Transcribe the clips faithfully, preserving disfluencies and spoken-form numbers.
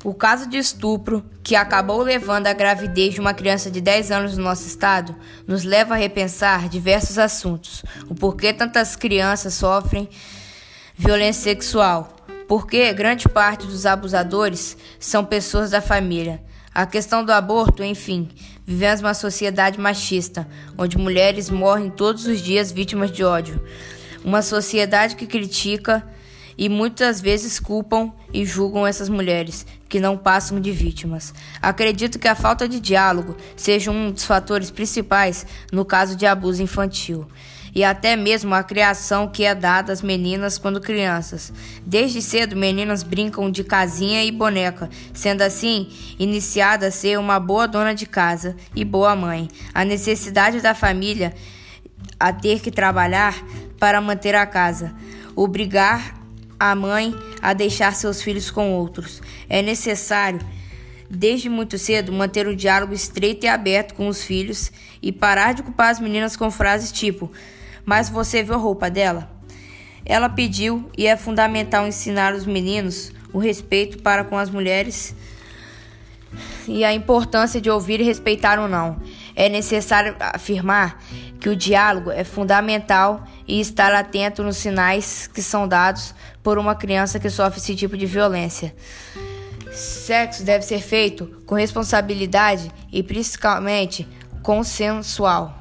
O caso de estupro, que acabou levando à gravidez de uma criança de dez anos no nosso estado, nos leva a repensar diversos assuntos. O porquê tantas crianças sofrem violência sexual. Porque grande parte dos abusadores são pessoas da família. A questão do aborto, enfim, vivemos uma sociedade machista, onde mulheres morrem todos os dias vítimas de ódio. Uma sociedade que critica e muitas vezes culpam e julgam essas mulheres, que não passam de vítimas. Acredito que a falta de diálogo seja um dos fatores principais no caso de abuso infantil. E até mesmo a criação que é dada às meninas quando crianças. Desde cedo, meninas brincam de casinha e boneca, sendo assim iniciada a ser uma boa dona de casa e boa mãe. A necessidade da família a ter que trabalhar para manter a casa, obrigar a mãe a deixar seus filhos com outros. É necessário, desde muito cedo, manter o diálogo estreito e aberto com os filhos e parar de culpar as meninas com frases tipo: "Mas você viu a roupa dela?" Ela pediu, e é fundamental ensinar os meninos o respeito para com as mulheres e a importância de ouvir e respeitar o não. É necessário afirmar que o diálogo é fundamental e estar atento nos sinais que são dados por uma criança que sofre esse tipo de violência. Sexo deve ser feito com responsabilidade e principalmente consensual.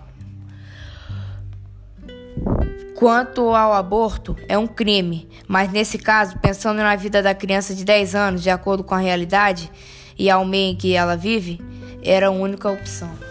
Quanto ao aborto, é um crime, mas nesse caso, pensando na vida da criança de dez anos, de acordo com a realidade e ao meio em que ela vive, era a única opção.